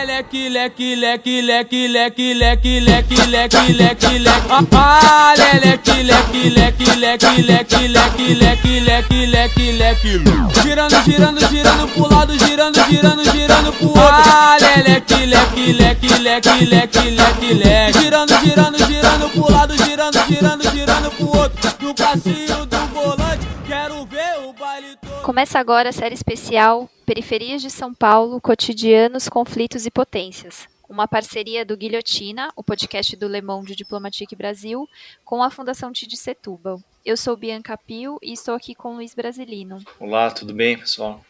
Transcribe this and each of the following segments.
leque, leque, leque, leque, leque, leque, leque, leque, leque, leque. Ah, leque, leque, leque, leque, leque, leque, leque, leque, leque, leque. Girando, girando, girando pro lado, girando, girando, girando pro outro. Ah, leque, leque, leque, leque, leque, leque, leque. Girando, girando, girando pro lado, girando, girando, girando pro outro. No passinho do volante, quero ver o baile todo. Começa agora a série especial Periferias de São Paulo, Cotidianos, Conflitos e Potências. Uma parceria do Guilhotina, o podcast do Le Monde Diplomatique Brasil, com a Fundação TID Setúbal. Eu sou Bianca Pio e estou aqui com Luiz Brasilino. Olá, tudo bem, pessoal?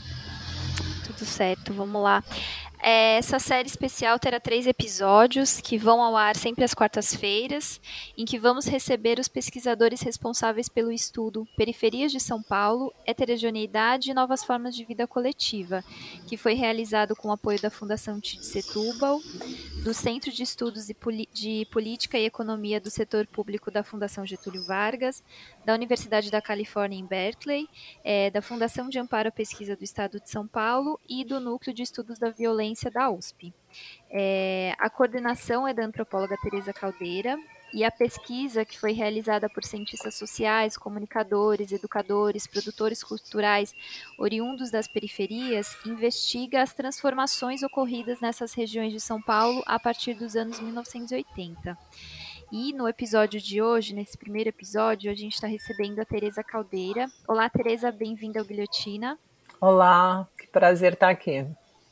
Tudo certo, vamos lá. Essa série especial terá 3 episódios que vão ao ar sempre às quartas-feiras, em que vamos receber os pesquisadores responsáveis pelo estudo Periferias de São Paulo, Heterogeneidade e Novas Formas de Vida Coletiva, que foi realizado com o apoio da Fundação TID Setúbal, do Centro de Estudos de Política e Economia do Setor Público da Fundação Getúlio Vargas, da Universidade da Califórnia em Berkeley, da Fundação de Amparo à Pesquisa do Estado de São Paulo e do Núcleo de Estudos da Violência da USP. A coordenação é da antropóloga Tereza Caldeira e a pesquisa, que foi realizada por cientistas sociais, comunicadores, educadores, produtores culturais oriundos das periferias, investiga as transformações ocorridas nessas regiões de São Paulo a partir dos anos 1980. E no episódio de hoje, nesse primeiro episódio, a gente está recebendo a Tereza Caldeira. Olá, Tereza, bem-vinda ao Guilhotina. Olá, que prazer estar aqui.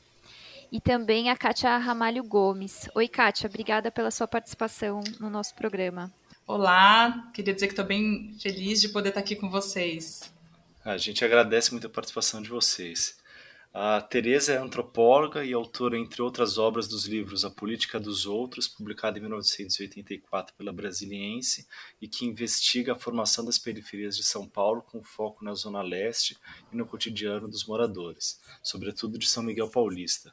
E também a Kátia Ramalho Gomes. Oi, Kátia, obrigada pela sua participação no nosso programa. Olá, queria dizer que estou bem feliz de poder estar aqui com vocês. A gente agradece muito a participação de vocês. A Tereza é antropóloga e autora, entre outras obras, dos livros A Política dos Outros, publicado em 1984 pela Brasiliense, e que investiga a formação das periferias de São Paulo com foco na Zona Leste e no cotidiano dos moradores, sobretudo de São Miguel Paulista.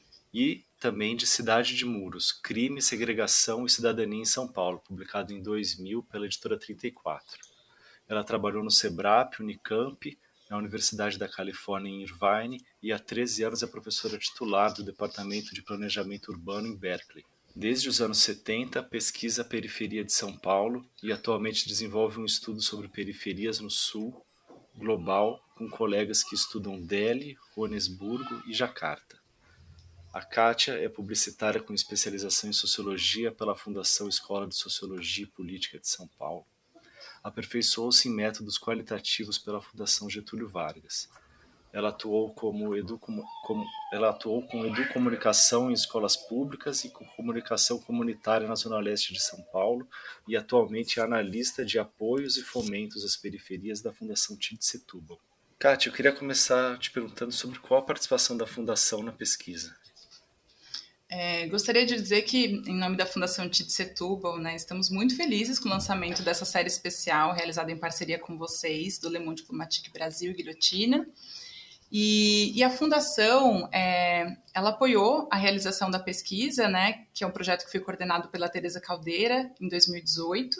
E também de Cidade de Muros, Crime, Segregação e Cidadania em São Paulo, publicado em 2000 pela editora 34. Ela trabalhou no SEBRAP, Unicamp, na Universidade da Califórnia em Irvine e há 13 anos é professora titular do Departamento de Planejamento Urbano em Berkeley. Desde os anos 70, pesquisa a periferia de São Paulo e atualmente desenvolve um estudo sobre periferias no Sul global com colegas que estudam Delhi, Joanesburgo e Jacarta. A Kátia é publicitária com especialização em Sociologia pela Fundação Escola de Sociologia e Política de São Paulo. Aperfeiçoou-se em métodos qualitativos pela Fundação Getúlio Vargas. Ela atuou com educomunicação em escolas públicas e com comunicação comunitária na Zona Leste de São Paulo e atualmente é analista de apoios e fomentos às periferias da Fundação TID Setúbal. Kátia, eu queria começar te perguntando sobre qual a participação da Fundação na pesquisa. Gostaria de dizer que, em nome da Fundação TID Setúbal, estamos muito felizes com o lançamento dessa série especial realizada em parceria com vocês, do Le Monde Diplomatique Brasil e Guilhotina. E a Fundação, ela apoiou a realização da pesquisa, que é um projeto que foi coordenado pela Tereza Caldeira, em 2018.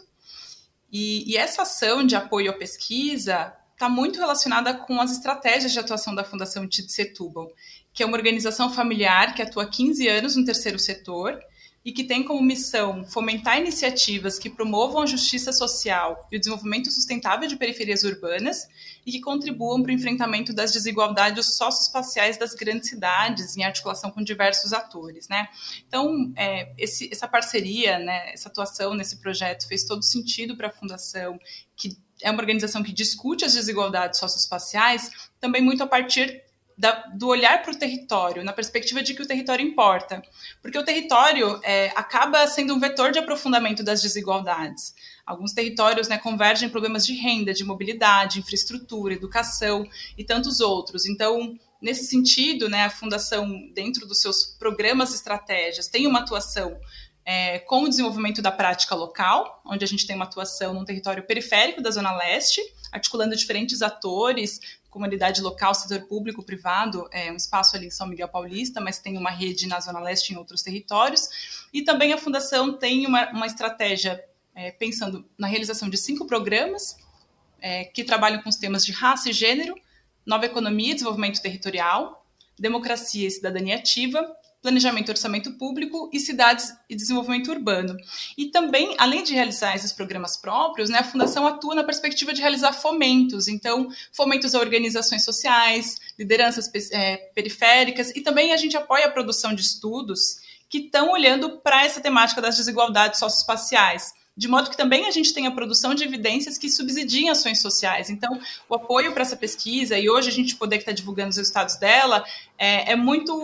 E essa ação de apoio à pesquisa está muito relacionada com as estratégias de atuação da Fundação TID Setúbal, que é uma organização familiar que atua há 15 anos no terceiro setor e que tem como missão fomentar iniciativas que promovam a justiça social e o desenvolvimento sustentável de periferias urbanas e que contribuam para o enfrentamento das desigualdades socioespaciais das grandes cidades, em articulação com diversos atores. Então, essa parceria, essa atuação nesse projeto fez todo sentido para a Fundação, que é uma organização que discute as desigualdades socioespaciais, também muito a partir do olhar para o território, na perspectiva de que o território importa. Porque o território acaba sendo um vetor de aprofundamento das desigualdades. Alguns territórios convergem em problemas de renda, de mobilidade, infraestrutura, educação e tantos outros. Então, nesse sentido, a Fundação, dentro dos seus programas e estratégias, tem uma atuação com o desenvolvimento da prática local, onde a gente tem uma atuação num território periférico da Zona Leste, articulando diferentes atores, comunidade local, setor público, privado, um espaço ali em São Miguel Paulista, mas tem uma rede na Zona Leste e em outros territórios. E também a Fundação tem uma estratégia pensando na realização de 5 programas que trabalham com os temas de raça e gênero, nova economia e desenvolvimento territorial, democracia e cidadania ativa, planejamento e orçamento público e cidades e desenvolvimento urbano. E também, além de realizar esses programas próprios, né, a Fundação atua na perspectiva de realizar fomentos. Então, fomentos a organizações sociais, lideranças periféricas, e também a gente apoia a produção de estudos que estão olhando para essa temática das desigualdades socioespaciais, de modo que também a gente tem a produção de evidências que subsidiem ações sociais. Então, o apoio para essa pesquisa, e hoje a gente poder estar divulgando os resultados dela, é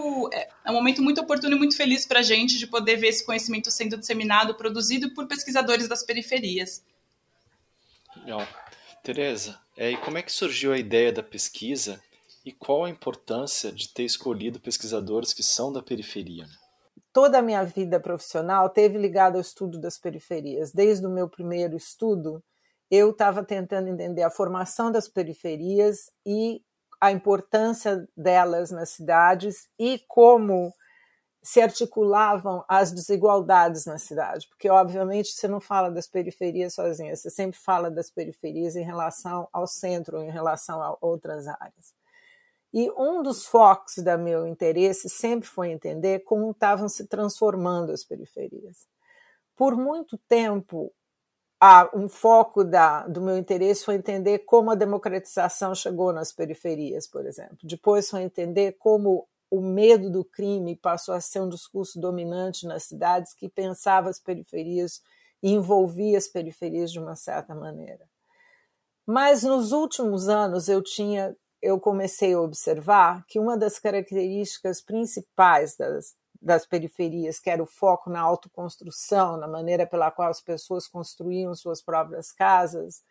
um momento muito oportuno e muito feliz para a gente de poder ver esse conhecimento sendo disseminado, produzido por pesquisadores das periferias. Legal. Tereza, e como é que surgiu a ideia da pesquisa e qual a importância de ter escolhido pesquisadores que são da periferia? Toda a minha vida profissional teve ligada ao estudo das periferias. Desde o meu primeiro estudo, eu estava tentando entender a formação das periferias e a importância delas nas cidades e como se articulavam as desigualdades na cidade. Porque, obviamente, você não fala das periferias sozinha, você sempre fala das periferias em relação ao centro, em relação a outras áreas. E um dos focos do meu interesse sempre foi entender como estavam se transformando as periferias. Por muito tempo, um foco do meu interesse foi entender como a democratização chegou nas periferias, por exemplo. Depois foi entender como o medo do crime passou a ser um discurso dominante nas cidades que pensava as periferias e envolvia as periferias de uma certa maneira. Mas nos últimos anos eu comecei a observar que uma das características principais das periferias, que era o foco na autoconstrução, na maneira pela qual as pessoas construíam suas próprias casas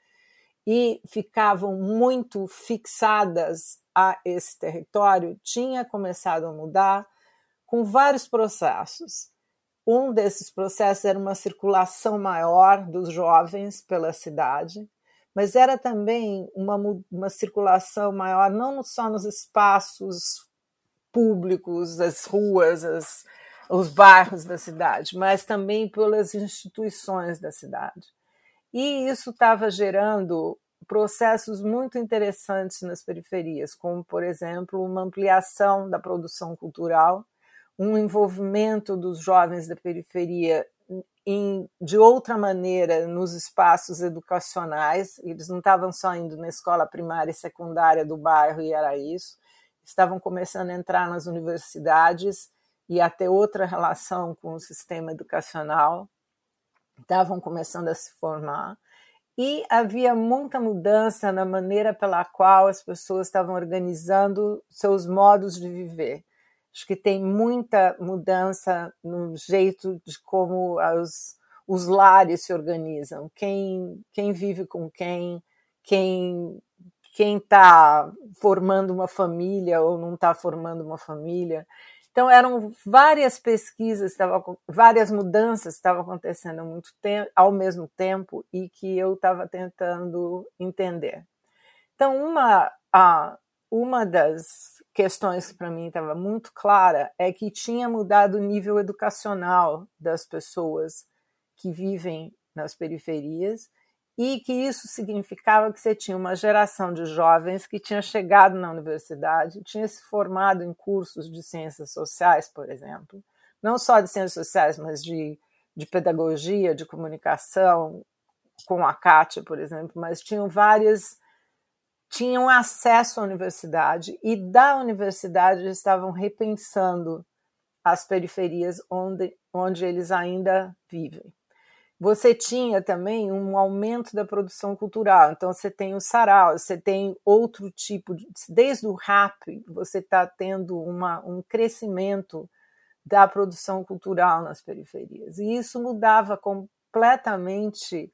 e ficavam muito fixadas a esse território, tinha começado a mudar com vários processos. Um desses processos era uma circulação maior dos jovens pela cidade, mas era também uma circulação maior, não só nos espaços públicos, as ruas, os bairros da cidade, mas também pelas instituições da cidade. E isso estava gerando processos muito interessantes nas periferias, como, por exemplo, uma ampliação da produção cultural, um envolvimento dos jovens da periferia de outra maneira nos espaços educacionais. Eles não estavam só indo na escola primária e secundária do bairro e era isso, estavam começando a entrar nas universidades e a ter outra relação com o sistema educacional, estavam começando a se formar, e havia muita mudança na maneira pela qual as pessoas estavam organizando seus modos de viver. Acho que tem muita mudança no jeito de como os lares se organizam, quem vive com quem está formando uma família ou não está formando uma família. Então, eram várias pesquisas, várias mudanças estavam acontecendo ao mesmo tempo e que eu estava tentando entender. Então, uma das questões que para mim estava muito clara é que tinha mudado o nível educacional das pessoas que vivem nas periferias e que isso significava que você tinha uma geração de jovens que tinha chegado na universidade, tinha se formado em cursos de ciências sociais, por exemplo, não só de ciências sociais, mas de pedagogia, de comunicação, com a Kátia, por exemplo, mas tinham acesso à universidade e da universidade eles estavam repensando as periferias onde eles ainda vivem. Você tinha também um aumento da produção cultural, então você tem o sarau, você tem outro tipo, desde o rap, você está tendo um crescimento da produção cultural nas periferias, e isso mudava completamente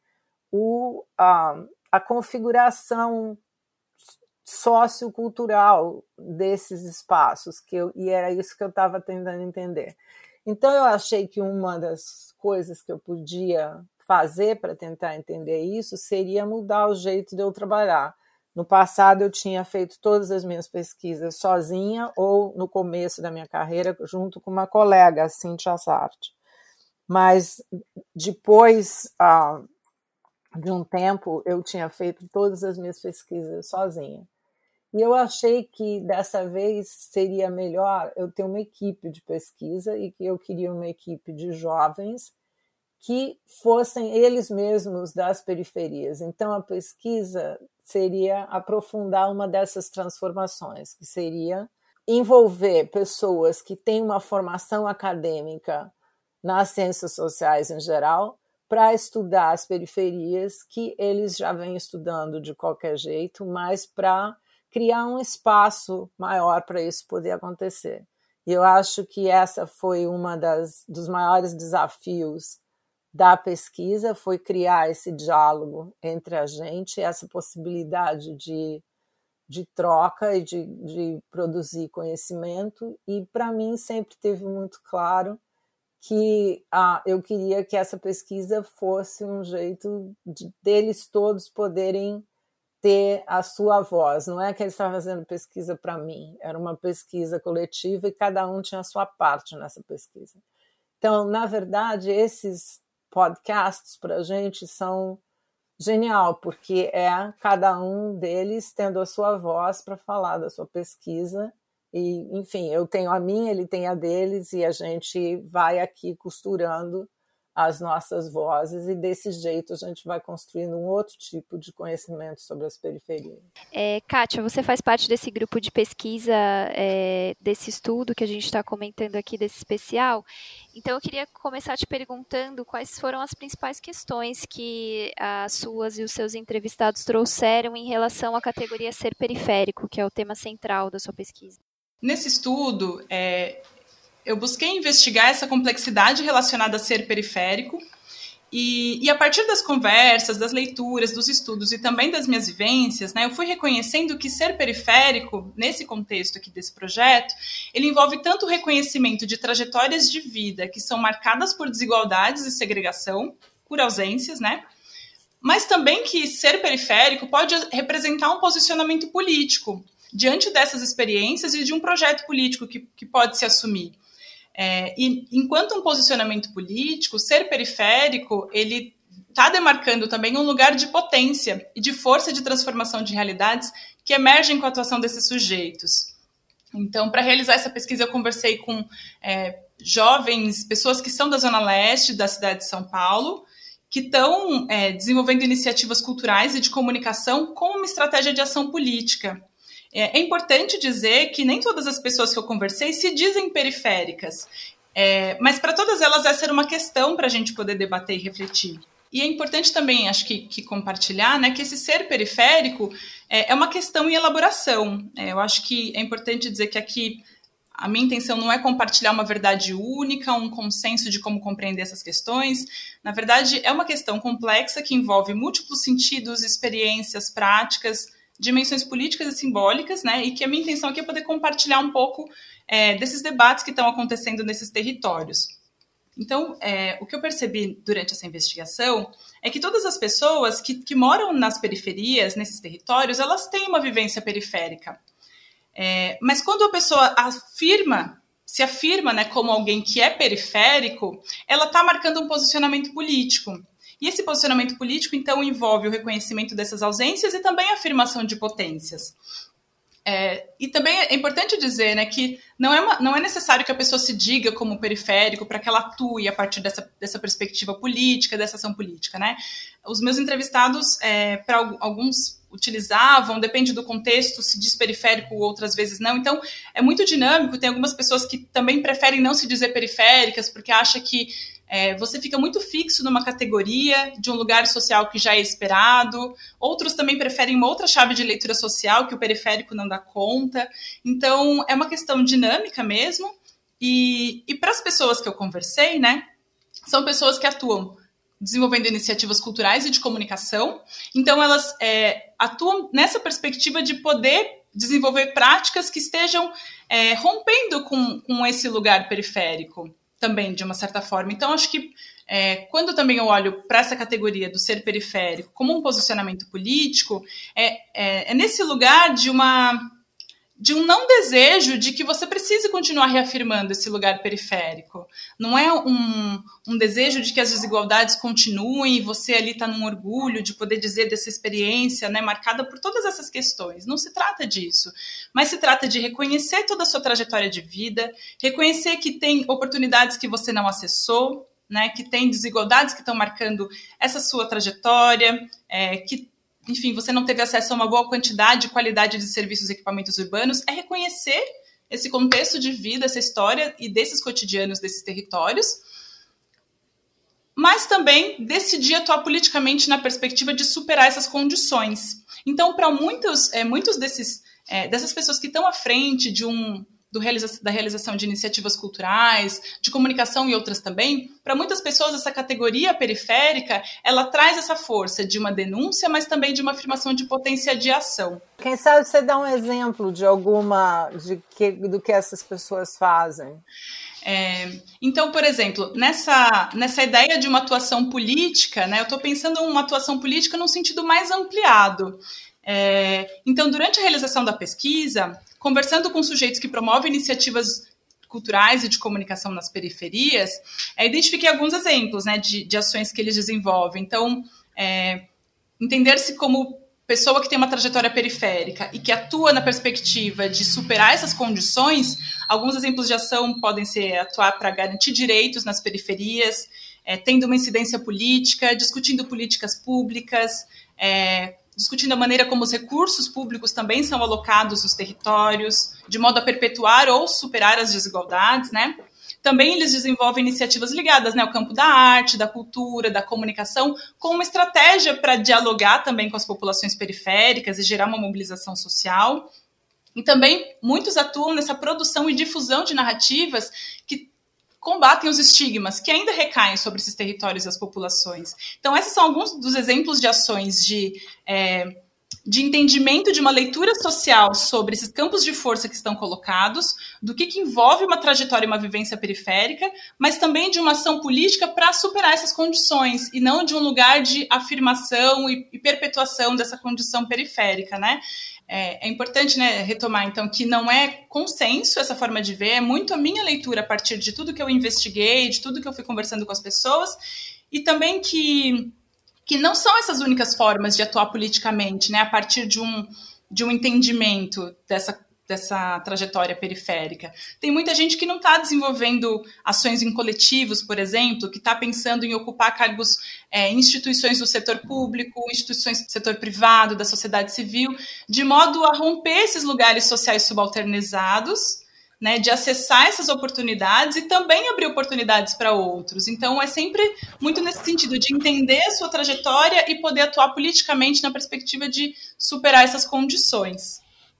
a configuração sociocultural desses espaços, e era isso que eu estava tentando entender. Então, eu achei que uma das coisas que eu podia fazer para tentar entender isso seria mudar o jeito de eu trabalhar. No passado, eu tinha feito todas as minhas pesquisas sozinha ou no começo da minha carreira, junto com uma colega, a Cíntia Sartre. Mas depois de um tempo, eu tinha feito todas as minhas pesquisas sozinha. E eu achei que dessa vez seria melhor eu ter uma equipe de pesquisa e que eu queria uma equipe de jovens que fossem eles mesmos das periferias. Então, a pesquisa seria aprofundar uma dessas transformações, que seria envolver pessoas que têm uma formação acadêmica nas ciências sociais em geral, para estudar as periferias que eles já vêm estudando de qualquer jeito, mas para criar um espaço maior para isso poder acontecer. E eu acho que essa foi uma dos maiores desafios da pesquisa, foi criar esse diálogo entre a gente, essa possibilidade de troca e de produzir conhecimento. E para mim sempre teve muito claro que eu queria que essa pesquisa fosse um jeito deles todos poderem ter a sua voz. Não é que eles estavam fazendo pesquisa para mim, era uma pesquisa coletiva e cada um tinha a sua parte nessa pesquisa. Então, na verdade, esses podcasts para a gente são genial, porque é cada um deles tendo a sua voz para falar da sua pesquisa. E, enfim, eu tenho a minha, ele tem a deles, e a gente vai aqui costurando as nossas vozes, e desse jeito a gente vai construindo um outro tipo de conhecimento sobre as periferias. Kátia, você faz parte desse grupo de pesquisa, desse estudo que a gente está comentando aqui, desse especial. Então eu queria começar te perguntando quais foram as principais questões que as suas e os seus entrevistados trouxeram em relação à categoria ser periférico, que é o tema central da sua pesquisa. Nesse estudo, eu busquei investigar essa complexidade relacionada a ser periférico e a partir das conversas, das leituras, dos estudos e também das minhas vivências, né, eu fui reconhecendo que ser periférico, nesse contexto aqui desse projeto, ele envolve tanto o reconhecimento de trajetórias de vida que são marcadas por desigualdades e segregação, por ausências, né, mas também que ser periférico pode representar um posicionamento político diante dessas experiências e de um projeto político que pode se assumir. E enquanto um posicionamento político, ser periférico, ele está demarcando também um lugar de potência e de força de transformação de realidades que emergem com a atuação desses sujeitos. Então, para realizar essa pesquisa, eu conversei com jovens, pessoas que são da Zona Leste, da cidade de São Paulo, que estão desenvolvendo iniciativas culturais e de comunicação com uma estratégia de ação política. É importante dizer que nem todas as pessoas que eu conversei se dizem periféricas, mas para todas elas essa era uma questão para a gente poder debater e refletir. E é importante também, acho que compartilhar, né, que esse ser periférico é uma questão em elaboração. Eu acho que é importante dizer que aqui a minha intenção não é compartilhar uma verdade única, um consenso de como compreender essas questões. Na verdade, é uma questão complexa que envolve múltiplos sentidos, experiências, práticas, dimensões políticas e simbólicas, né? E que a minha intenção aqui é poder compartilhar um pouco desses debates que estão acontecendo nesses territórios. Então, o que eu percebi durante essa investigação é que todas as pessoas que moram nas periferias, nesses territórios, elas têm uma vivência periférica. Mas quando a pessoa se afirma, né, como alguém que é periférico, ela está marcando um posicionamento político. E esse posicionamento político, então, envolve o reconhecimento dessas ausências e também a afirmação de potências. E também é importante dizer, né, que não é necessário que a pessoa se diga como periférico para que ela atue a partir dessa perspectiva política, dessa ação política, né? Os meus entrevistados, para alguns utilizavam, depende do contexto, se diz periférico, outras vezes não. Então, é muito dinâmico. Tem algumas pessoas que também preferem não se dizer periféricas porque acham que você fica muito fixo numa categoria de um lugar social que já é esperado. Outros também preferem uma outra chave de leitura social que o periférico não dá conta. Então, é uma questão dinâmica mesmo. E para as pessoas que eu conversei, né, são pessoas que atuam desenvolvendo iniciativas culturais e de comunicação. Então, elas atuam nessa perspectiva de poder desenvolver práticas que estejam rompendo com esse lugar periférico também, de uma certa forma. Então, acho que quando também eu olho para essa categoria do ser periférico como um posicionamento político, é nesse lugar de de um não desejo de que você precise continuar reafirmando esse lugar periférico. Não é um desejo de que as desigualdades continuem e você ali está num orgulho de poder dizer dessa experiência, né, marcada por todas essas questões. Não se trata disso, mas se trata de reconhecer toda a sua trajetória de vida, reconhecer que tem oportunidades que você não acessou, né, que tem desigualdades que estão marcando essa sua trajetória, que enfim, você não teve acesso a uma boa quantidade e qualidade de serviços e equipamentos urbanos, é reconhecer esse contexto de vida, essa história e desses cotidianos desses territórios, mas também decidir atuar politicamente na perspectiva de superar essas condições. Então, para muitos dessas pessoas que estão à frente da realização de iniciativas culturais, de comunicação e outras também, para muitas pessoas essa categoria periférica, ela traz essa força de uma denúncia, mas também de uma afirmação de potência de ação. Quem sabe você dá um exemplo do que essas pessoas fazem? Então, por exemplo, nessa ideia de uma atuação política, né, eu estou pensando em uma atuação política num sentido mais ampliado. Então, durante a realização da pesquisa, conversando com sujeitos que promovem iniciativas culturais e de comunicação nas periferias, identifiquei alguns exemplos, né, de ações que eles desenvolvem. Então, entender-se como pessoa que tem uma trajetória periférica e que atua na perspectiva de superar essas condições, alguns exemplos de ação podem ser atuar para garantir direitos nas periferias, tendo uma incidência política, discutindo políticas públicas, discutindo a maneira como os recursos públicos também são alocados nos territórios, de modo a perpetuar ou superar as desigualdades, né? Também eles desenvolvem iniciativas ligadas, né, ao campo da arte, da cultura, da comunicação, com uma estratégia para dialogar também com as populações periféricas e gerar uma mobilização social. E também muitos atuam nessa produção e difusão de narrativas que combatem os estigmas que ainda recaem sobre esses territórios e as populações. Então, esses são alguns dos exemplos de ações de entendimento de uma leitura social sobre esses campos de força que estão colocados, do que envolve uma trajetória e uma vivência periférica, mas também de uma ação política para superar essas condições, e não de um lugar de afirmação e perpetuação dessa condição periférica, né? É importante, né, retomar, então, que não é consenso essa forma de ver, é muito a minha leitura a partir de tudo que eu investiguei, de tudo que eu fui conversando com as pessoas, e também que não são essas únicas formas de atuar politicamente, né, a partir de um entendimento dessa trajetória periférica. Tem muita gente que não está desenvolvendo ações em coletivos, por exemplo, que está pensando em ocupar cargos em instituições do setor público, instituições do setor privado, da sociedade civil, de modo a romper esses lugares sociais subalternizados, né, de acessar essas oportunidades e também abrir oportunidades para outros. Então, é sempre muito nesse sentido de entender a sua trajetória e poder atuar politicamente na perspectiva de superar essas condições.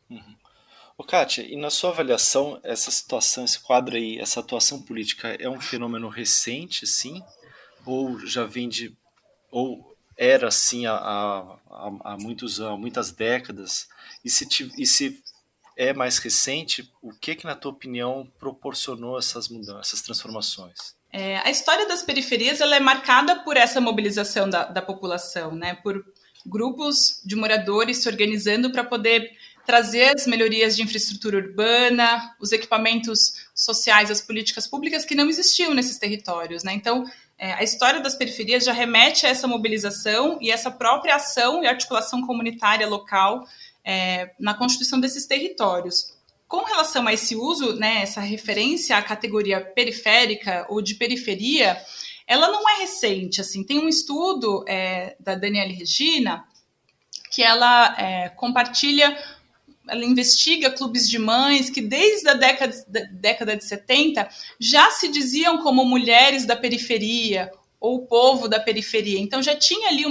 Kátia, e na sua avaliação, essa situação, esse quadro aí, essa atuação política é um fenômeno recente, sim? Ou já vem ou era assim há muitas décadas? E se é mais recente, o que na tua opinião proporcionou essas mudanças, essas transformações? A história das periferias ela é marcada por essa mobilização da população, né? Por grupos de moradores se organizando para poder trazer as melhorias de infraestrutura urbana, os equipamentos sociais, as políticas públicas que não existiam nesses territórios, né? Então, a história das periferias já remete a essa mobilização e essa própria ação e articulação comunitária local na constituição desses territórios. Com relação a esse uso, né, essa referência à categoria periférica ou de periferia, ela não é recente. Assim, tem um estudo da Daniele Regina que ela compartilha. Ela investiga clubes de mães que desde a década de 70 já se diziam como mulheres da periferia ou povo da periferia. Então já tinha ali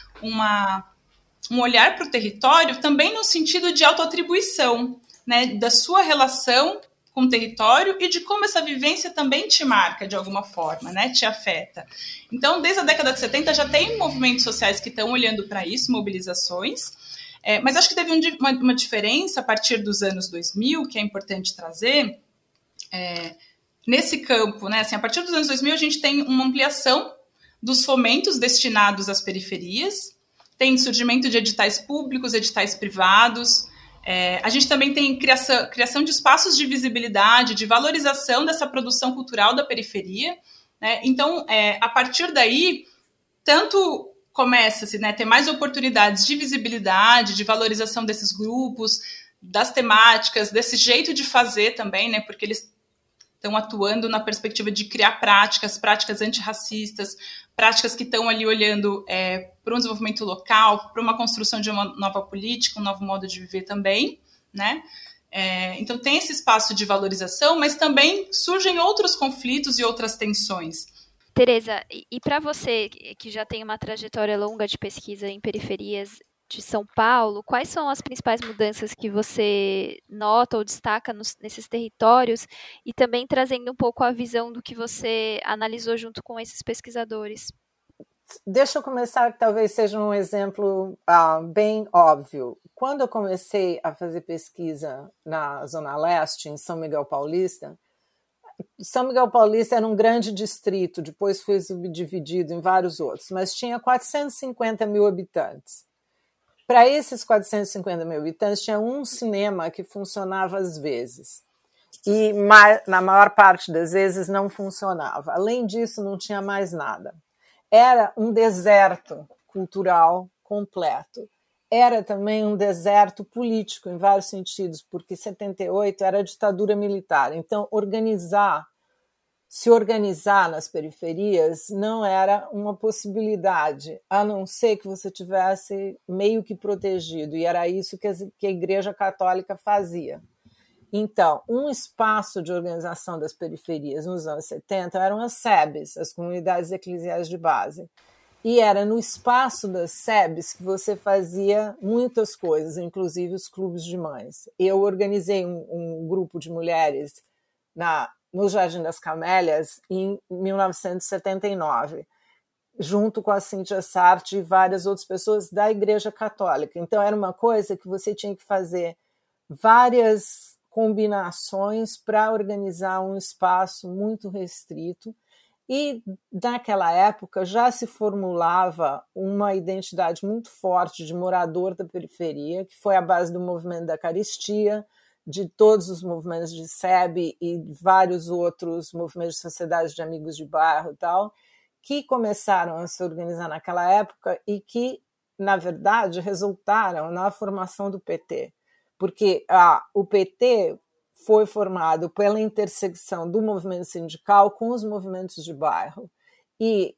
um olhar para o território também no sentido de autoatribuição, né, da sua relação com o território e de como essa vivência também te marca de alguma forma, né, te afeta. Então, desde a década de 70 já tem movimentos sociais que estão olhando para isso, mobilizações. Mas acho que teve uma diferença a partir dos anos 2000, que é importante trazer, nesse campo, né? Assim, a partir dos anos 2000 a gente tem uma ampliação dos fomentos destinados às periferias, tem surgimento de editais públicos, editais privados, A gente também tem criação de espaços de visibilidade, de valorização dessa produção cultural da periferia, né? Então, a partir daí, tanto começa-se, né, ter mais oportunidades de visibilidade, de valorização desses grupos, das temáticas, desse jeito de fazer também, né, porque eles estão atuando na perspectiva de criar práticas antirracistas, práticas que estão ali olhando para um desenvolvimento local, para uma construção de uma nova política, um novo modo de viver também, né? Então tem esse espaço de valorização, mas também surgem outros conflitos e outras tensões. Tereza, e para você que já tem uma trajetória longa de pesquisa em periferias de São Paulo, quais são as principais mudanças que você nota ou destaca nesses territórios, e também trazendo um pouco a visão do que você analisou junto com esses pesquisadores? Deixa eu começar, que talvez seja um exemplo bem óbvio. Quando eu comecei a fazer pesquisa na Zona Leste, em São Miguel Paulista era um grande distrito, depois foi subdividido em vários outros, mas tinha 450 mil habitantes. Para esses 450 mil habitantes, tinha um cinema que funcionava às vezes. E na maior parte das vezes não funcionava. Além disso, não tinha mais nada. Era um deserto cultural completo. Era também um deserto político, em vários sentidos, porque em 78 era a ditadura militar. Então, se organizar nas periferias não era uma possibilidade, a não ser que você tivesse meio que protegido, e era isso que a Igreja Católica fazia. Então, um espaço de organização das periferias nos anos 70 eram as SEBs, as Comunidades Eclesiais de Base. E era no espaço das SEBs que você fazia muitas coisas, inclusive os clubes de mães. Eu organizei um grupo de mulheres no Jardim das Camélias em 1979, junto com a Cíntia Sartre e várias outras pessoas da Igreja Católica. Então, era uma coisa que você tinha que fazer várias combinações para organizar um espaço muito restrito. E, naquela época, já se formulava uma identidade muito forte de morador da periferia, que foi a base do movimento da caristia, de todos os movimentos de SEB e vários outros movimentos de sociedades de amigos de bairro e tal, que começaram a se organizar naquela época e que, na verdade, resultaram na formação do PT. Porque o PT foi formado pela intersecção do movimento sindical com os movimentos de bairro. E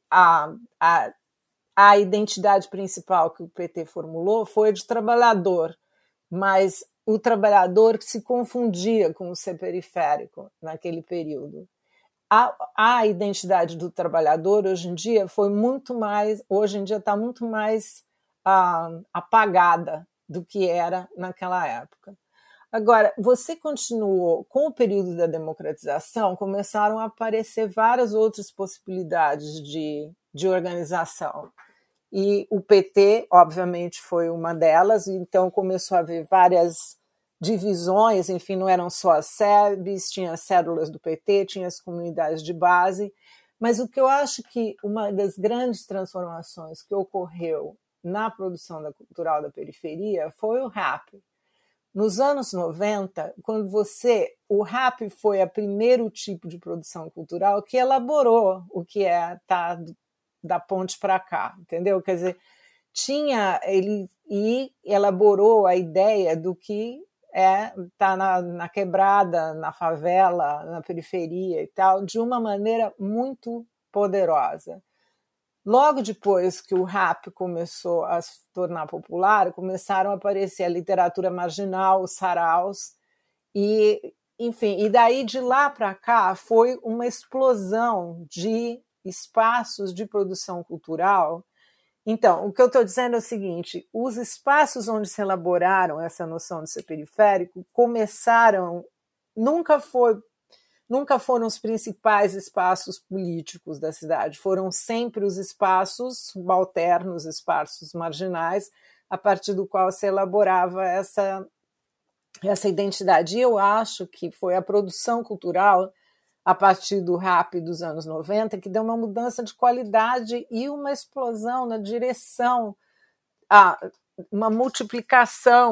a identidade principal que o PT formulou foi a de trabalhador, mas o trabalhador que se confundia com o ser periférico naquele período. A identidade do trabalhador hoje em dia está muito mais apagada do que era naquela época. Agora, você continuou com o período da democratização, começaram a aparecer várias outras possibilidades de organização. E o PT, obviamente, foi uma delas, então começou a haver várias divisões, enfim, não eram só as SEBs, tinha as células do PT, tinha as comunidades de base, mas o que eu acho que uma das grandes transformações que ocorreu na produção cultural da periferia foi o rap. Nos anos 90, o rap foi o primeiro tipo de produção cultural que elaborou o que tá da ponte para cá, entendeu? Quer dizer, ele elaborou a ideia do que tá na quebrada, na favela, na periferia e tal, de uma maneira muito poderosa. Logo depois que o rap começou a se tornar popular, começaram a aparecer a literatura marginal, os saraus, e, enfim, e daí de lá para cá foi uma explosão de espaços de produção cultural. Então, o que eu estou dizendo é o seguinte: os espaços onde se elaboraram essa noção de ser periférico nunca foram os principais espaços políticos da cidade, foram sempre os espaços subalternos, espaços marginais, a partir do qual se elaborava essa identidade. E eu acho que foi a produção cultural, a partir do rap dos anos 90, que deu uma mudança de qualidade e uma explosão na direção multiplicação,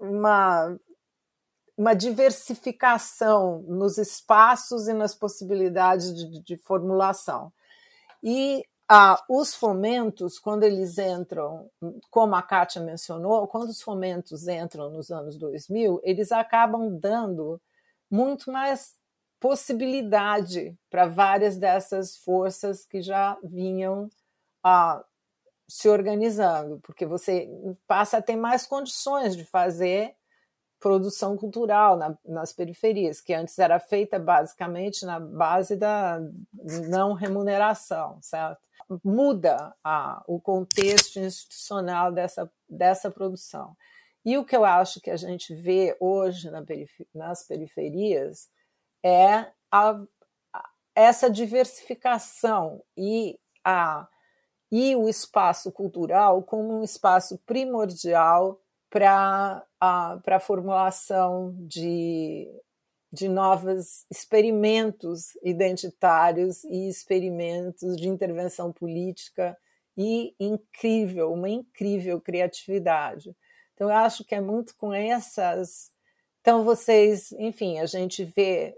uma diversificação nos espaços e nas possibilidades de formulação. E os fomentos, quando eles entram, como a Kátia mencionou, quando os fomentos entram nos anos 2000, eles acabam dando muito mais possibilidade para várias dessas forças que já vinham se organizando, porque você passa a ter mais condições de fazer produção cultural nas periferias, que antes era feita basicamente na base da não remuneração, certo? Muda o contexto institucional dessa produção. E o que eu acho que a gente vê hoje nas periferias é essa diversificação e o espaço cultural como um espaço primordial para a formulação de novos experimentos identitários e experimentos de intervenção política e uma incrível criatividade. Então, eu acho que é muito com essas... Então, vocês, enfim, a gente vê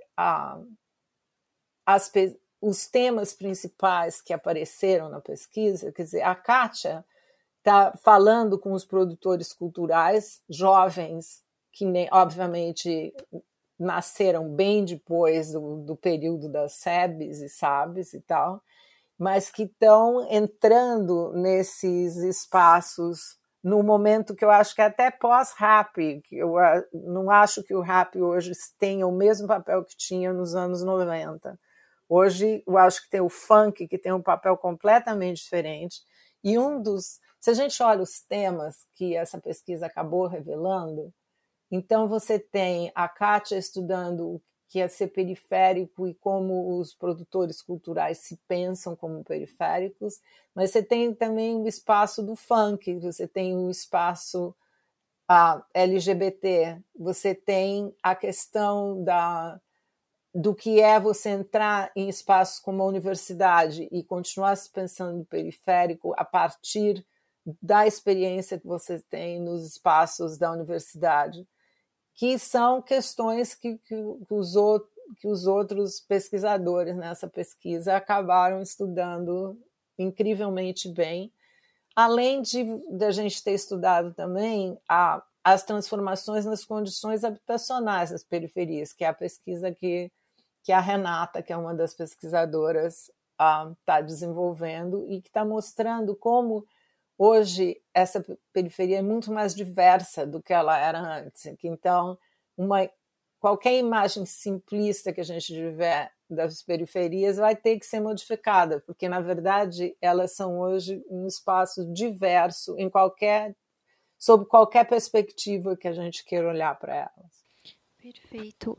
os temas principais que apareceram na pesquisa, quer dizer, a Kátia está falando com os produtores culturais jovens, que obviamente nasceram bem depois do período das SEBs e SABs e tal, mas que estão entrando nesses espaços num momento que eu acho que é até pós-rap, que eu não acho que o rap hoje tenha o mesmo papel que tinha nos anos 90. Hoje eu acho que tem o funk, que tem um papel completamente diferente, e se a gente olha os temas que essa pesquisa acabou revelando, então você tem a Kátia estudando o que é ser periférico e como os produtores culturais se pensam como periféricos, mas você tem também o espaço do funk, você tem o espaço LGBT, você tem a questão do que é você entrar em espaços como a universidade e continuar se pensando periférico a partir da experiência que você tem nos espaços da universidade, que são questões que os outros pesquisadores nessa pesquisa acabaram estudando incrivelmente bem, além de a gente ter estudado também as transformações nas condições habitacionais das periferias, que é a pesquisa que a Renata, que é uma das pesquisadoras, está desenvolvendo e que está mostrando como hoje essa periferia é muito mais diversa do que ela era antes. Então, qualquer imagem simplista que a gente tiver das periferias vai ter que ser modificada, porque, na verdade, elas são hoje um espaço diverso sob qualquer perspectiva que a gente queira olhar para elas. Perfeito.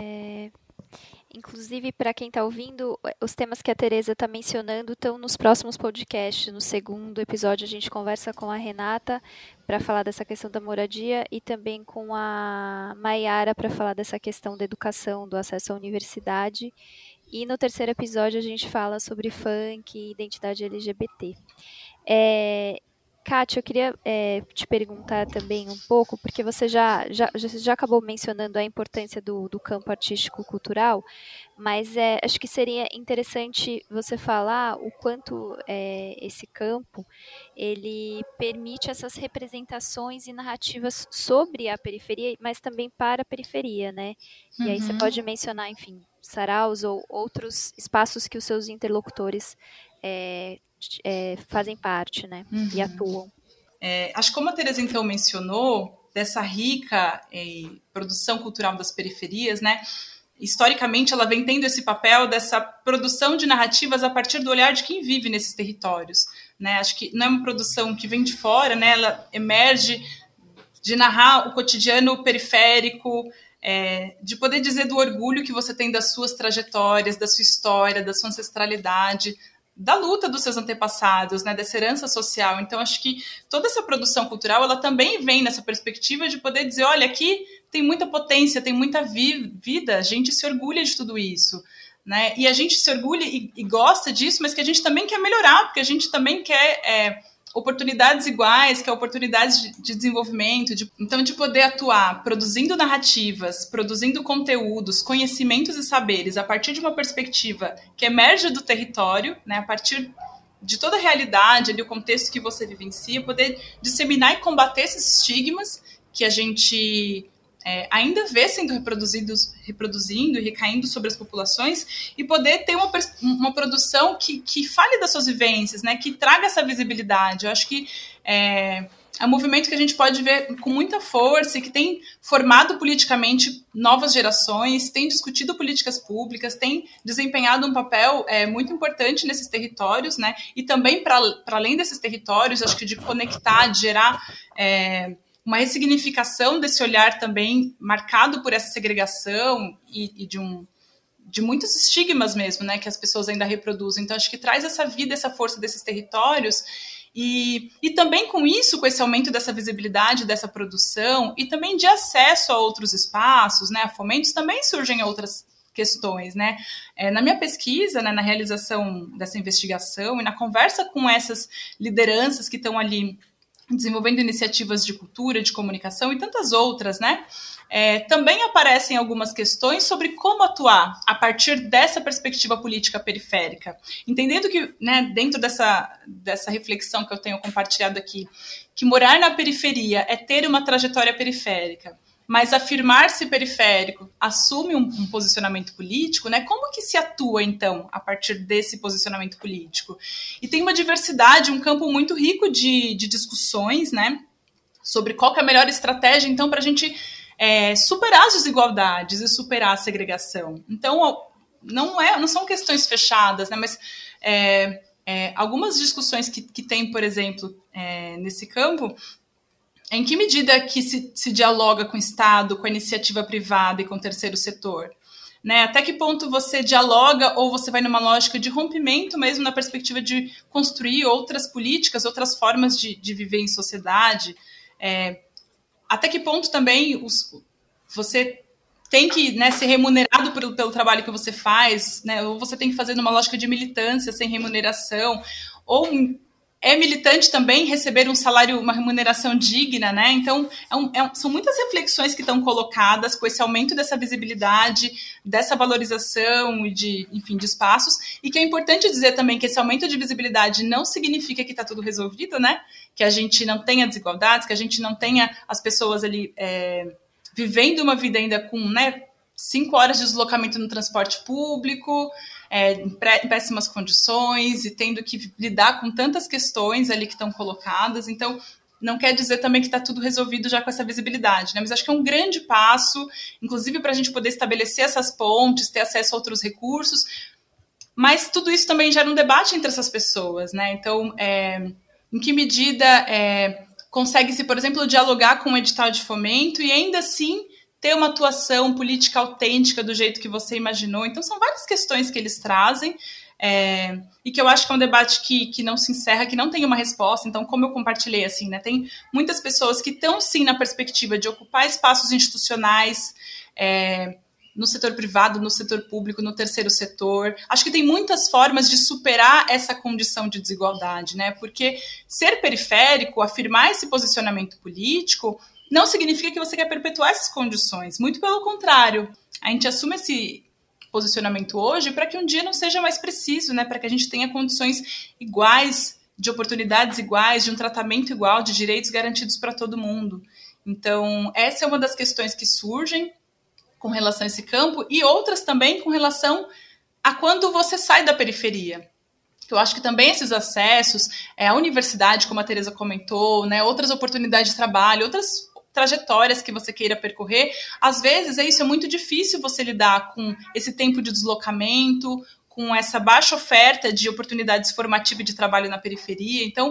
Inclusive, para quem está ouvindo, os temas que a Tereza está mencionando estão nos próximos podcasts. No segundo episódio, a gente conversa com a Renata para falar dessa questão da moradia e também com a Maiara para falar dessa questão da educação, do acesso à universidade. E no terceiro episódio, a gente fala sobre funk e identidade LGBT. Kátia, eu queria te perguntar também um pouco, porque você já acabou mencionando a importância do campo artístico-cultural, mas acho que seria interessante você falar o quanto esse campo ele permite essas representações e narrativas sobre a periferia, mas também para a periferia, né? Uhum. E aí você pode mencionar, enfim, saraus ou outros espaços que os seus interlocutores fazem parte, né? Uhum. E atuam. Acho que como a Tereza então mencionou, dessa rica produção cultural das periferias, né? Historicamente ela vem tendo esse papel dessa produção de narrativas a partir do olhar de quem vive nesses territórios, né? Acho que não é uma produção que vem de fora, né? Ela emerge de narrar o cotidiano periférico, de poder dizer do orgulho que você tem das suas trajetórias, da sua história, da sua ancestralidade, da luta dos seus antepassados, né, dessa herança social. Então, acho que toda essa produção cultural, ela também vem nessa perspectiva de poder dizer, olha, aqui tem muita potência, tem muita vida, a gente se orgulha de tudo isso, né? E a gente se orgulha e gosta disso, mas que a gente também quer melhorar, porque a gente também quer oportunidades iguais, que é oportunidades de desenvolvimento, então de poder atuar produzindo narrativas, produzindo conteúdos, conhecimentos e saberes a partir de uma perspectiva que emerge do território, né, a partir de toda a realidade, ali, o contexto que você vivencia, poder disseminar e combater esses estigmas que a gente ainda vê sendo reproduzindo e recaindo sobre as populações, e poder ter uma produção que fale das suas vivências, né, que traga essa visibilidade. Eu acho que é um movimento que a gente pode ver com muita força e que tem formado politicamente novas gerações, tem discutido políticas públicas, tem desempenhado um papel muito importante nesses territórios, né, e também para além desses territórios, acho que de conectar, de gerar uma ressignificação desse olhar também marcado por essa segregação e de muitos estigmas mesmo, né, que as pessoas ainda reproduzem. Então, acho que traz essa vida, essa força desses territórios e também com isso, com esse aumento dessa visibilidade, dessa produção e também de acesso a outros espaços, né, a fomentos, também surgem outras questões, né. Na minha pesquisa, né, na realização dessa investigação e na conversa com essas lideranças que estão ali desenvolvendo iniciativas de cultura, de comunicação e tantas outras, né? Também aparecem algumas questões sobre como atuar a partir dessa perspectiva política periférica. Entendendo que, né, dentro dessa reflexão que eu tenho compartilhado aqui, que morar na periferia é ter uma trajetória periférica, mas afirmar-se periférico assume um posicionamento político, né? Como que se atua, então, a partir desse posicionamento político? E tem uma diversidade, um campo muito rico de discussões, né? Sobre qual que é a melhor estratégia, então, para a gente superar as desigualdades e superar a segregação. Então, não são questões fechadas, né? Mas algumas discussões que tem, por exemplo, nesse campo, em que medida que se dialoga com o Estado, com a iniciativa privada e com o terceiro setor? Né? Até que ponto você dialoga ou você vai numa lógica de rompimento mesmo na perspectiva de construir outras políticas, outras formas de viver em sociedade? Até que ponto também você tem que, né, ser remunerado pelo trabalho que você faz, né? Ou você tem que fazer numa lógica de militância sem remuneração, ou é militante também receber um salário, uma remuneração digna, né? Então, são muitas reflexões que estão colocadas com esse aumento dessa visibilidade, dessa valorização e de espaços, e que é importante dizer também que esse aumento de visibilidade não significa que está tudo resolvido, né? Que a gente não tenha desigualdades, que a gente não tenha as pessoas ali vivendo uma vida ainda com, né, 5 horas de deslocamento no transporte público, em péssimas condições e tendo que lidar com tantas questões ali que estão colocadas. Então, não quer dizer também que está tudo resolvido já com essa visibilidade, né? Mas acho que é um grande passo, inclusive para a gente poder estabelecer essas pontes, ter acesso a outros recursos, mas tudo isso também gera um debate entre essas pessoas, né? Então, em que medida consegue-se, por exemplo, dialogar com um edital de fomento e ainda assim ter uma atuação política autêntica do jeito que você imaginou? Então, são várias questões que eles trazem e que eu acho que é um debate que não se encerra, que não tem uma resposta. Então, como eu compartilhei, assim, né, tem muitas pessoas que estão, sim, na perspectiva de ocupar espaços institucionais no setor privado, no setor público, no terceiro setor. Acho que tem muitas formas de superar essa condição de desigualdade, né? Porque ser periférico, afirmar esse posicionamento político, não significa que você quer perpetuar essas condições. Muito pelo contrário. A gente assume esse posicionamento hoje para que um dia não seja mais preciso, né? Para que a gente tenha condições iguais, de oportunidades iguais, de um tratamento igual, de direitos garantidos para todo mundo. Então, essa é uma das questões que surgem com relação a esse campo, e outras também com relação a quando você sai da periferia. Eu acho que também esses acessos, a universidade, como a Tereza comentou, né, outras oportunidades de trabalho, outras trajetórias que você queira percorrer, às vezes é muito difícil você lidar com esse tempo de deslocamento, com essa baixa oferta de oportunidades formativas de trabalho na periferia. Então,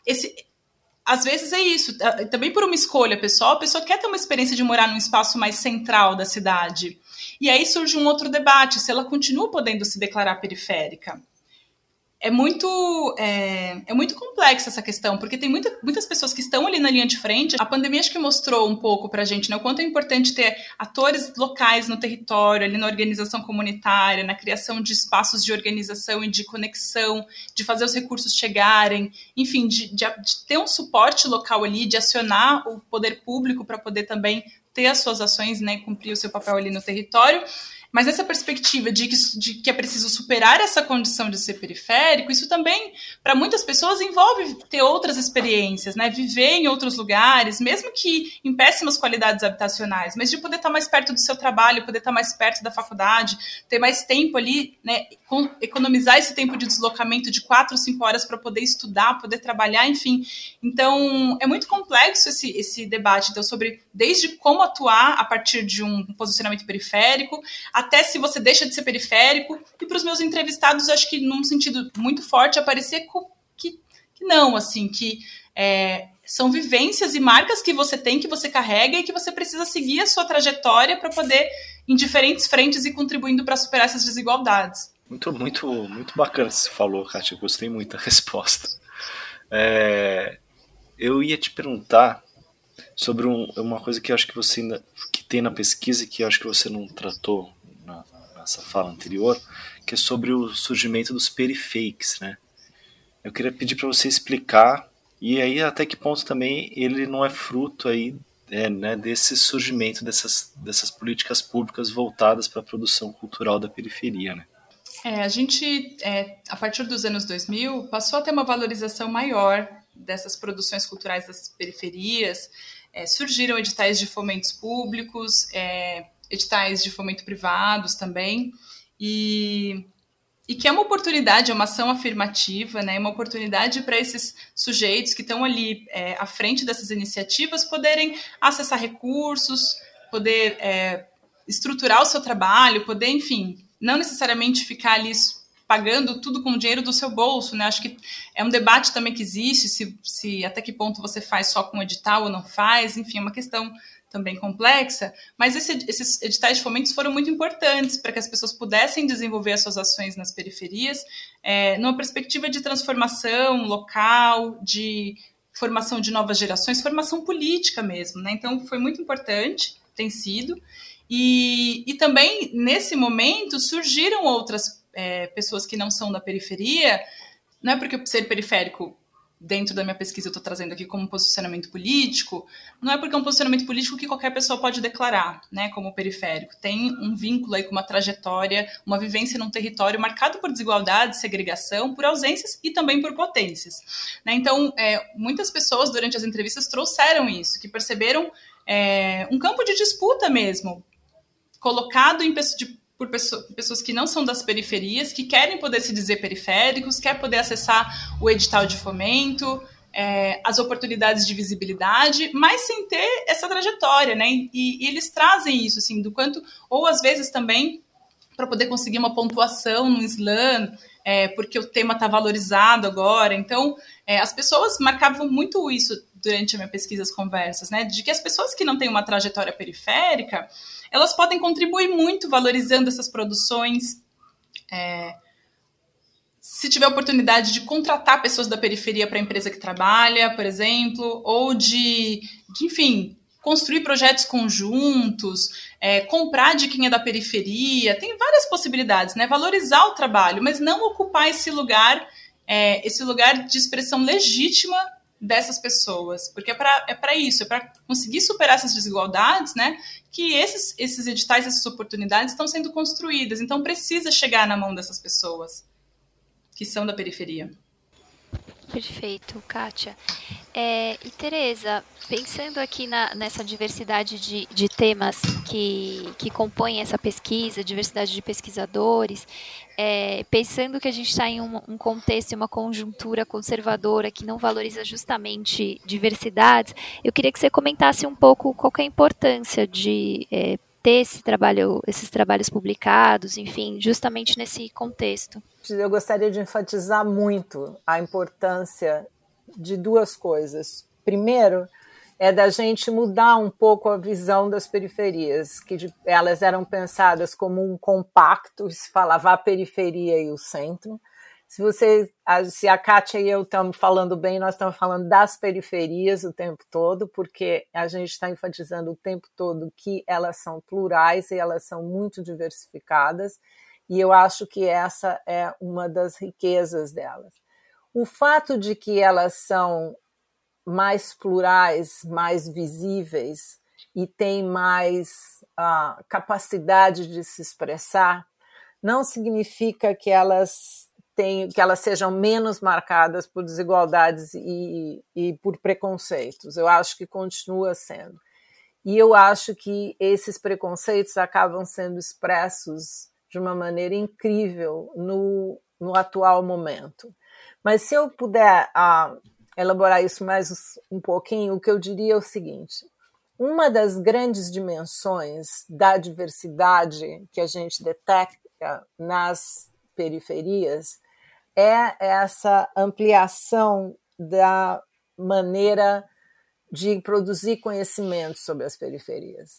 às vezes é isso, também por uma escolha pessoal, a pessoa quer ter uma experiência de morar num espaço mais central da cidade. E aí surge um outro debate, se ela continua podendo se declarar periférica. é muito complexa essa questão, porque tem muitas pessoas que estão ali na linha de frente. A pandemia acho que mostrou um pouco pra gente, né, o quanto é importante ter atores locais no território, ali na organização comunitária, na criação de espaços de organização e de conexão, de fazer os recursos chegarem, enfim, de ter um suporte local ali, de acionar o poder público para poder também ter as suas ações, né, cumprir o seu papel ali no território. Mas essa perspectiva de que é preciso superar essa condição de ser periférico, isso também, para muitas pessoas, envolve ter outras experiências, né? Viver em outros lugares, mesmo que em péssimas qualidades habitacionais, mas de poder estar mais perto do seu trabalho, poder estar mais perto da faculdade, ter mais tempo ali, né? Economizar esse tempo de deslocamento de 4 ou 5 horas para poder estudar, poder trabalhar, enfim. Então, é muito complexo esse debate, então, sobre desde como atuar a partir de um posicionamento periférico, até se você deixa de ser periférico, e para os meus entrevistados, acho que num sentido muito forte, aparecer que não, assim, que são vivências e marcas que você tem, que você carrega e que você precisa seguir a sua trajetória para poder, em diferentes frentes, ir contribuindo para superar essas desigualdades. Muito, muito, muito bacana que você falou, Kátia, gostei muito da resposta. Eu ia te perguntar sobre uma coisa que eu acho que você ainda que tem na pesquisa e que eu acho que você não tratou nessa fala anterior, que é sobre o surgimento dos perifakes, né? Eu queria pedir para você explicar, e aí até que ponto também ele não é fruto aí, né, desse surgimento dessas políticas públicas voltadas para a produção cultural da periferia, né? A gente, a partir dos anos 2000, passou a ter uma valorização maior dessas produções culturais das periferias. Surgiram editais de fomentos públicos, editais de fomento privados também, e que é uma oportunidade, é uma ação afirmativa, né, uma oportunidade para esses sujeitos que estão ali à frente dessas iniciativas poderem acessar recursos, poder estruturar o seu trabalho, poder, enfim, não necessariamente ficar ali pagando tudo com o dinheiro do seu bolso, né? Acho que é um debate também que existe, se até que ponto você faz só com edital ou não faz, enfim, é uma questão também complexa, mas esses editais de fomentos foram muito importantes para que as pessoas pudessem desenvolver as suas ações nas periferias, numa perspectiva de transformação local, de formação de novas gerações, formação política mesmo, né? Então foi muito importante, tem sido, e também nesse momento surgiram outras pessoas que não são da periferia, não é porque ser periférico, dentro da minha pesquisa eu estou trazendo aqui como posicionamento político, não é porque é um posicionamento político que qualquer pessoa pode declarar, né, como periférico. Tem um vínculo aí com uma trajetória, uma vivência num território marcado por desigualdade, segregação, por ausências e também por potências, né? Então, muitas pessoas durante as entrevistas trouxeram isso, que perceberam um campo de disputa mesmo, colocado por pessoas que não são das periferias, que querem poder se dizer periféricos, querem poder acessar o edital de fomento, as oportunidades de visibilidade, mas sem ter essa trajetória, né? E eles trazem isso, assim, do quanto, ou às vezes também, para poder conseguir uma pontuação no slam, porque o tema está valorizado agora. Então, as pessoas marcavam muito isso durante a minha pesquisa, as conversas, né? De que as pessoas que não têm uma trajetória periférica, elas podem contribuir muito valorizando essas produções. Se tiver oportunidade de contratar pessoas da periferia para a empresa que trabalha, por exemplo, ou de enfim, construir projetos conjuntos, comprar de quem é da periferia, tem várias possibilidades, né? Valorizar o trabalho, mas não ocupar esse lugar de expressão legítima dessas pessoas, porque é para isso, é para conseguir superar essas desigualdades, né, que esses editais, essas oportunidades estão sendo construídas, então precisa chegar na mão dessas pessoas que são da periferia. Perfeito, Kátia. E Tereza, pensando aqui nessa diversidade de temas que compõem essa pesquisa, diversidade de pesquisadores, pensando que a gente está em um contexto e uma conjuntura conservadora que não valoriza justamente diversidades, eu queria que você comentasse um pouco qual que é a importância de ter esses trabalhos publicados, enfim, justamente nesse contexto. Eu gostaria de enfatizar muito a importância de duas coisas. Primeiro, da gente mudar um pouco a visão das periferias, que elas eram pensadas como um compacto, se falava a periferia e o centro, Se a Kátia e eu estamos falando bem, nós estamos falando das periferias o tempo todo, porque a gente está enfatizando o tempo todo que elas são plurais e elas são muito diversificadas, e eu acho que essa é uma das riquezas delas. O fato de que elas são mais plurais, mais visíveis e têm mais capacidade de se expressar, não significa que elas sejam menos marcadas por desigualdades e por preconceitos. Eu acho que continua sendo. E eu acho que esses preconceitos acabam sendo expressos de uma maneira incrível no atual momento. Mas se eu puder elaborar isso mais um pouquinho, o que eu diria é o seguinte: uma das grandes dimensões da diversidade que a gente detecta nas periferias é essa ampliação da maneira de produzir conhecimento sobre as periferias.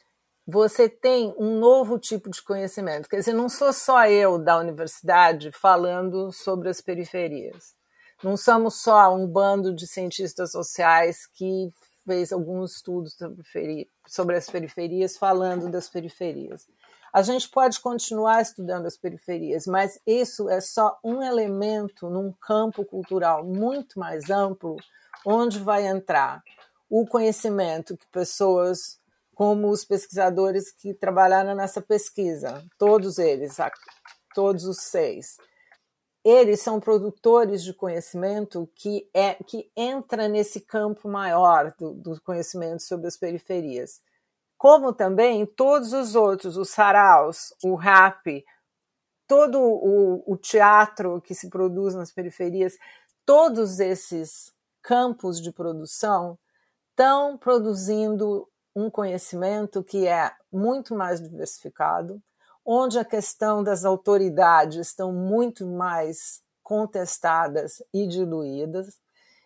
Você tem um novo tipo de conhecimento. Quer dizer, não sou só eu da universidade falando sobre as periferias. Não somos só um bando de cientistas sociais que fez alguns estudos sobre as periferias, falando das periferias. A gente pode continuar estudando as periferias, mas isso é só um elemento num campo cultural muito mais amplo, onde vai entrar o conhecimento que pessoas como os pesquisadores que trabalharam nessa pesquisa, todos eles, todos os 6, eles são produtores de conhecimento que entra nesse campo maior do conhecimento sobre as periferias. Como também todos os outros, os saraus, o rap, todo o teatro que se produz nas periferias, todos esses campos de produção estão produzindo um conhecimento que é muito mais diversificado, onde a questão das autoridades estão muito mais contestadas e diluídas,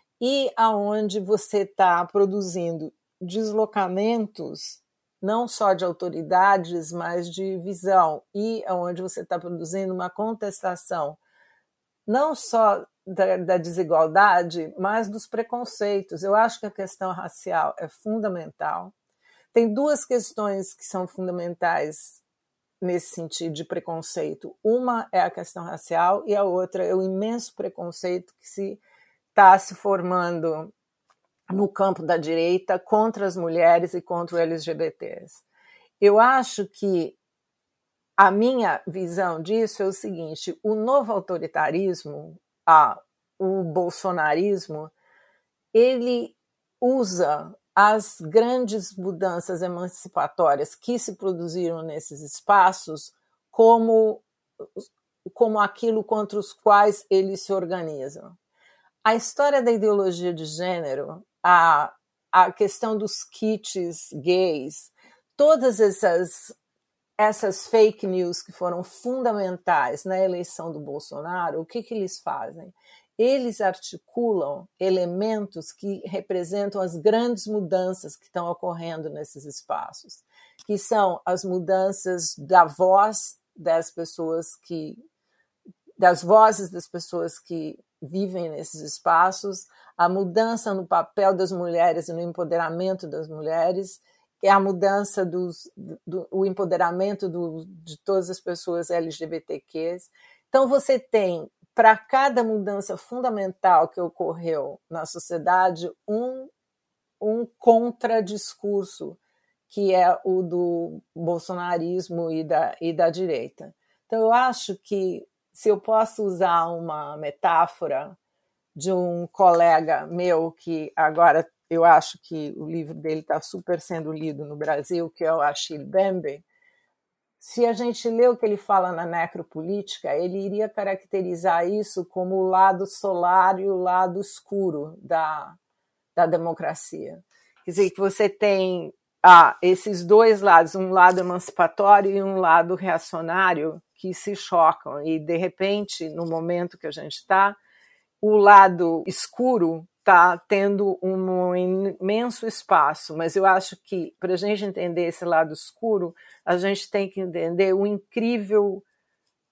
e aonde você está produzindo deslocamentos não só de autoridades, mas de visão, e onde você está produzindo uma contestação não só da desigualdade, mas dos preconceitos. Eu acho que a questão racial é fundamental. Tem 2 questões que são fundamentais nesse sentido de preconceito. Uma é a questão racial e a outra é o imenso preconceito que está se formando no campo da direita contra as mulheres e contra os LGBTs. Eu acho que a minha visão disso é o seguinte: o novo autoritarismo, o bolsonarismo, ele usa as grandes mudanças emancipatórias que se produziram nesses espaços como aquilo contra os quais eles se organizam. A história da ideologia de gênero, a questão dos kits gays, todas essas fake news que foram fundamentais na eleição do Bolsonaro, o que eles fazem? Eles articulam elementos que representam as grandes mudanças que estão ocorrendo nesses espaços, que são as mudanças da voz das vozes das pessoas que vivem nesses espaços, a mudança no papel das mulheres e no empoderamento das mulheres, e a mudança o empoderamento de todas as pessoas LGBTQs. Então, você tem, para cada mudança fundamental que ocorreu na sociedade, um contradiscurso, que é o do bolsonarismo e da direita. Então, eu acho que, se eu posso usar uma metáfora de um colega meu, que agora eu acho que o livro dele está super sendo lido no Brasil, que é o Achille Mbembe, se a gente lê o que ele fala na necropolítica, ele iria caracterizar isso como o lado solar e o lado escuro da democracia. Quer dizer, que você tem esses 2 lados, um lado emancipatório e um lado reacionário, que se chocam. E, de repente, no momento que a gente está, o lado escuro está tendo um imenso espaço, mas eu acho que, para a gente entender esse lado escuro, a gente tem que entender o incrível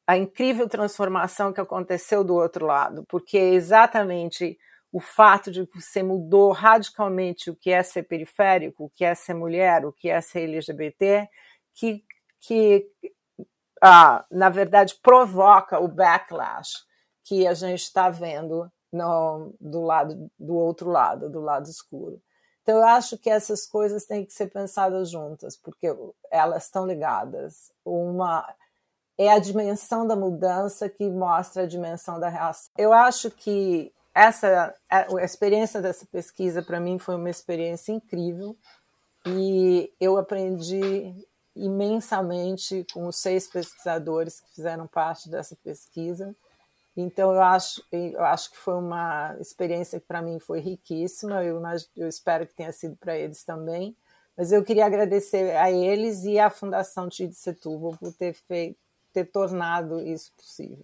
a incrível transformação que aconteceu do outro lado, porque é exatamente o fato de que você mudou radicalmente o que é ser periférico, o que é ser mulher, o que é ser LGBT, que na verdade, provoca o backlash que a gente está vendo do outro lado, do lado escuro. Então, eu acho que essas coisas têm que ser pensadas juntas, porque elas estão ligadas. Uma é a dimensão da mudança que mostra a dimensão da reação. Eu acho que a experiência dessa pesquisa, para mim, foi uma experiência incrível e eu aprendi imensamente com os 6 pesquisadores que fizeram parte dessa pesquisa. Então, eu acho que foi uma experiência que, para mim, foi riquíssima. Eu espero que tenha sido para eles também. Mas eu queria agradecer a eles e à Fundação TID Setúbal por ter tornado isso possível.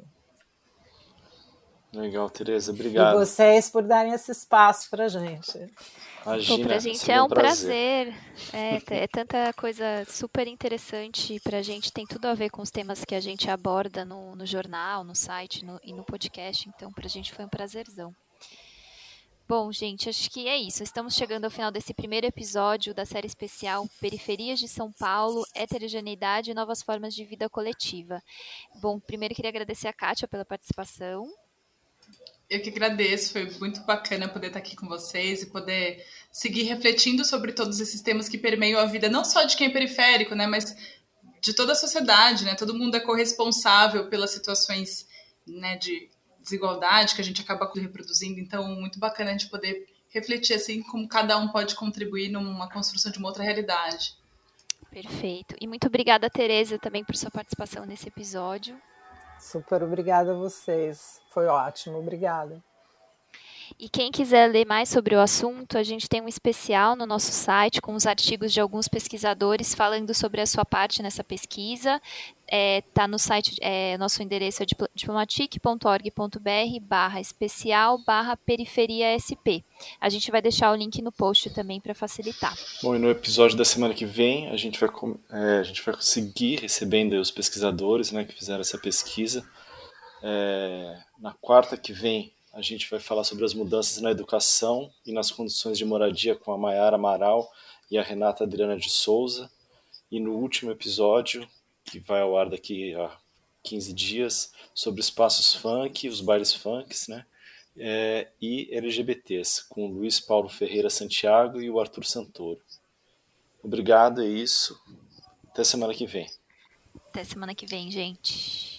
Legal, Tereza, obrigado. E vocês por darem esse espaço para a gente. Imagina, pra gente é um prazer. É tanta coisa super interessante pra gente, tem tudo a ver com os temas que a gente aborda no jornal, no site e no podcast, então pra gente foi um prazerzão. Bom, gente, acho que é isso. Estamos chegando ao final desse primeiro episódio da série especial Periferias de São Paulo, Heterogeneidade e Novas Formas de Vida Coletiva. Bom, primeiro queria agradecer a Kátia pela participação. Eu que agradeço, foi muito bacana poder estar aqui com vocês e poder seguir refletindo sobre todos esses temas que permeiam a vida, não só de quem é periférico, né, mas de toda a sociedade, né, todo mundo é corresponsável pelas situações, né, de desigualdade que a gente acaba reproduzindo, então muito bacana a gente poder refletir assim como cada um pode contribuir numa construção de uma outra realidade. Perfeito. E muito obrigada, Tereza, também por sua participação nesse episódio. Super obrigada a vocês. Foi ótimo, obrigada. E quem quiser ler mais sobre o assunto, a gente tem um especial no nosso site com os artigos de alguns pesquisadores falando sobre a sua parte nessa pesquisa. Tá no site, nosso endereço é diplomatic.org.br/especial/periferia-sp. A gente vai deixar o link no post também para facilitar. Bom, e no episódio da semana que vem, a gente vai seguir recebendo os pesquisadores, né, que fizeram essa pesquisa. Na quarta que vem, a gente vai falar sobre as mudanças na educação e nas condições de moradia com a Maiara Amaral e a Renata Adriana de Souza. E no último episódio, que vai ao ar daqui a 15 dias, sobre espaços funk, os bailes funks, né? E LGBTs, com o Luiz Paulo Ferreira Santiago e o Arthur Santoro. Obrigado, é isso. Até semana que vem. Até semana que vem, gente.